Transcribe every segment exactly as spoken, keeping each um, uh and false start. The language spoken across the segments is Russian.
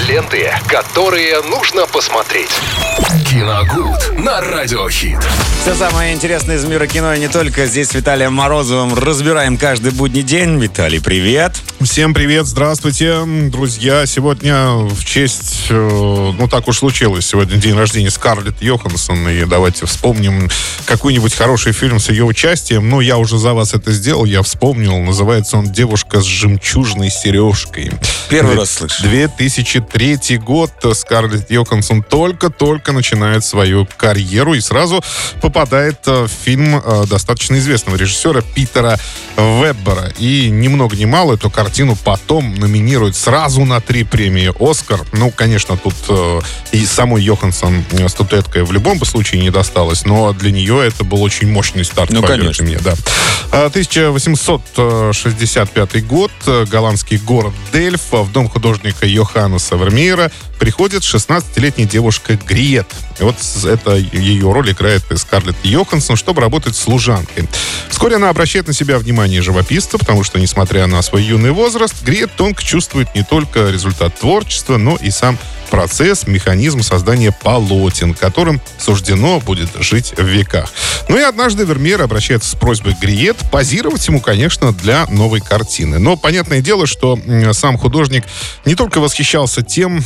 Ленты, которые нужно посмотреть. Киногуд на Радиохит. Все самое интересное из мира кино и не только. Здесь с Виталием Морозовым разбираем каждый будний день. Виталий, привет. Всем привет, здравствуйте, друзья. Сегодня в честь, ну так уж случилось, сегодня день рождения Скарлетт Йоханссон. И давайте вспомним какой-нибудь хороший фильм с ее участием. Ну, я уже за вас это сделал, я вспомнил. Называется он «Девушка с жемчужной сережкой». Первый раз слышу. две тысячи третий год. Скарлетт Йоханссон только-только начинает свою карьеру и сразу попадает в фильм достаточно известного режиссера Питера Веббера. И ни много ни мало эту картину потом номинируют сразу на три премии «Оскар». Ну, конечно, тут э, и самой Йоханссон статуэтка в любом случае не досталась, но для нее это был очень мощный старт. Ну, конечно. Мне, да. тысяча восемьсот шестьдесят пятый год. Голландский город Дельф. В дом художника Йоханнеса Вермеера приходит шестнадцатилетняя девушка Гриет. И вот это ее роль играет Скарлетт Йоханссон, чтобы работать служанкой. Вскоре она обращает на себя внимание живописца, потому что, несмотря на свой юный возраст, Гриет тонко чувствует не только результат творчества, но и сам процесс, механизм создания полотен, которым суждено будет жить в веках. Ну и однажды Вермеер обращается с просьбой к Гриет позировать ему, конечно, для новой картины. Но понятное дело, что сам художник не только восхищался тем,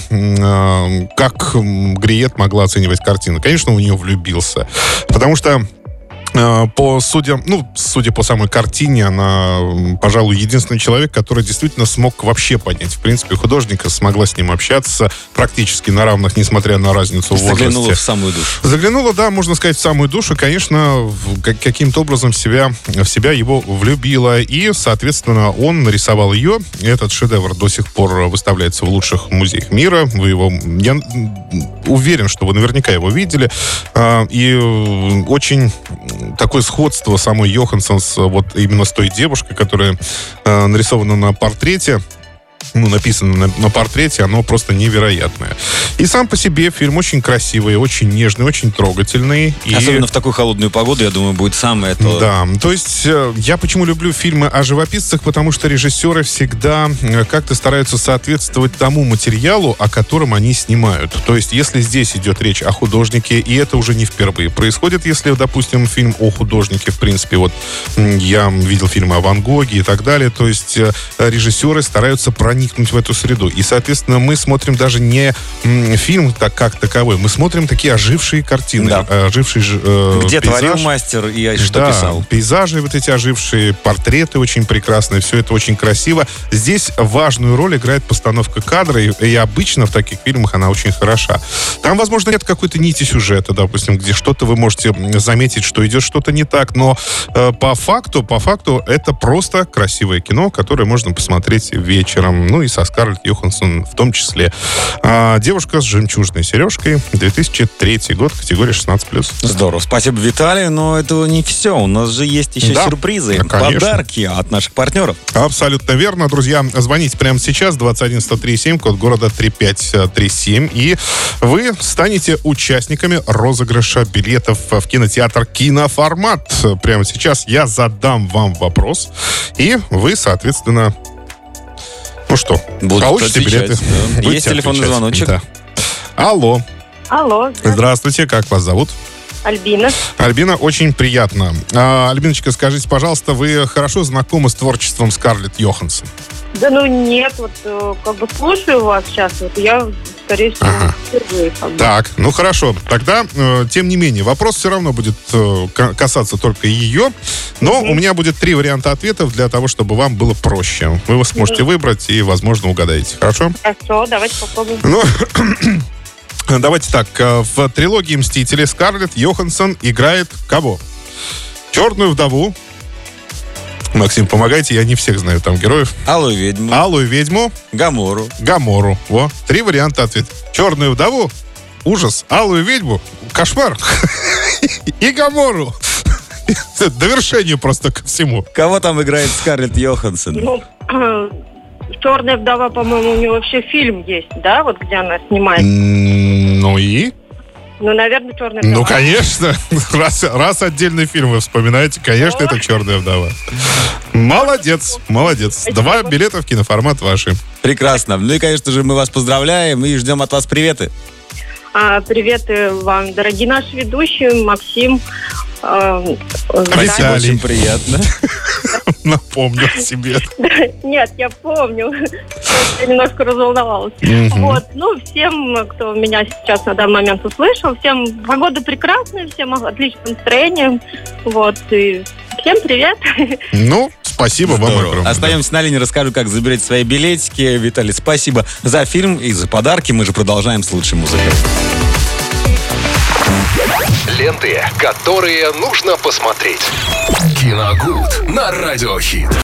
как Гриет могла оценивать картину. Конечно, в нее влюбился. Потому что По, судя, ну, судя по самой картине, она, пожалуй, единственный человек, который действительно смог вообще понять. В принципе, художника смогла с ним общаться практически на равных, несмотря на разницу в возрасте. Заглянула в самую душу. Заглянула, да, можно сказать, в самую душу. Конечно, каким-то образом в себя, в себя его влюбила. И, соответственно, он нарисовал ее. Этот шедевр до сих пор выставляется в лучших музеях мира. Вы его... Я уверен, что вы наверняка его видели. И очень... такое сходство самой Йоханссон с, вот именно с той девушкой, которая э, нарисована на портрете, ну, написано на, на портрете, оно просто невероятное. И сам по себе фильм очень красивый, очень нежный, очень трогательный. И... Особенно в такую холодную погоду, я думаю, будет самое то. Да, то есть я почему люблю фильмы о живописцах, потому что режиссеры всегда как-то стараются соответствовать тому материалу, о котором они снимают. То есть если здесь идет речь о художнике, и это уже не впервые происходит, если, допустим, фильм о художнике, в принципе, вот я видел фильмы о Ван Гоге и так далее, то есть режиссеры стараются проникнуть в эту среду. И, соответственно, мы смотрим даже не м, фильм так, как таковой, мы смотрим такие ожившие картины, да. оживший э, Где пейзаж. творил мастер и что да, писал. Пейзажи вот эти ожившие, портреты очень прекрасные, все это очень красиво. Здесь важную роль играет постановка кадра, и, и обычно в таких фильмах она очень хороша. Там, возможно, нет какой-то нити сюжета, допустим, где что-то вы можете заметить, что идет что-то не так, но э, по факту, по факту это просто красивое кино, которое можно посмотреть вечером. Ну и со Скарлетт Йоханссон в том числе. А, «Девушка с жемчужной сережкой», две тысячи третий год, категория шестнадцать плюс. Здорово. Спасибо, Виталий. Но это не все. У нас же есть еще да, сюрпризы, конечно. Подарки от наших партнеров. Абсолютно верно. Друзья, звоните прямо сейчас. двадцать один сто три семь, код города три пять три семь. И вы станете участниками розыгрыша билетов в кинотеатр «Киноформат». Прямо сейчас я задам вам вопрос. И вы, соответственно... Ну что, Будут получите отвечать, билеты. Да. Будете Есть телефонный отвечать. звоночек. Да. Алло. Алло. Здравствуйте, как вас зовут? Альбина. Альбина, очень приятно. А, Альбиночка, скажите, пожалуйста, вы хорошо знакомы с творчеством Скарлетт Йоханссон? Да ну нет, вот как бы слушаю вас сейчас, вот я, скорее всего, Ага. впервые. Как бы. Так, ну хорошо. Тогда, э, тем не менее, вопрос все равно будет э, касаться только ее. Но Мгм. у меня будет три варианта ответов для того, чтобы вам было проще. Вы сможете выбрать и, возможно, угадаете. Хорошо? Хорошо, давайте попробуем. Ну, давайте так. э, В трилогии «Мстители» Скарлетт Йоханссон играет кого? Черную вдову. Максим, помогайте, я не всех знаю там героев. Алую ведьму. Алую ведьму, Гамору. Гамору. Во, три варианта ответа. Черную вдову, ужас, алую ведьму, кошмар и Гамору. Довершение просто ко всему. Кого там играет Скарлетт Йоханссон? Ну, «Черная вдова», по-моему, у нее вообще фильм есть, да, вот где она снимает. М, Ну и? Ну, наверное, «Черная Ну, вдова». конечно. Раз, раз отдельный фильм вы вспоминаете, конечно, это «Черная вдова». Молодец, молодец. Два билета в киноформат ваши. Прекрасно. Ну и, конечно же, мы вас поздравляем и ждем от вас приветы. А, приветы вам, дорогие наши ведущие, Максим. а, Виталий. Виталий. Очень приятно. Напомню о себе. Нет, я помню. Я немножко разволновалась. Мгм. Вот. Ну, всем, кто меня сейчас на данный момент услышал, всем погода прекрасная, всем отличное настроение. Вот. И всем привет. Ну, спасибо вам Здорово. огромное. Остаемся на линии, расскажу, как заберете свои билетики. Виталий, спасибо за фильм и за подарки. Мы же продолжаем с лучшей музыкой. Ленты, которые нужно посмотреть. Киногуд на Радиохит.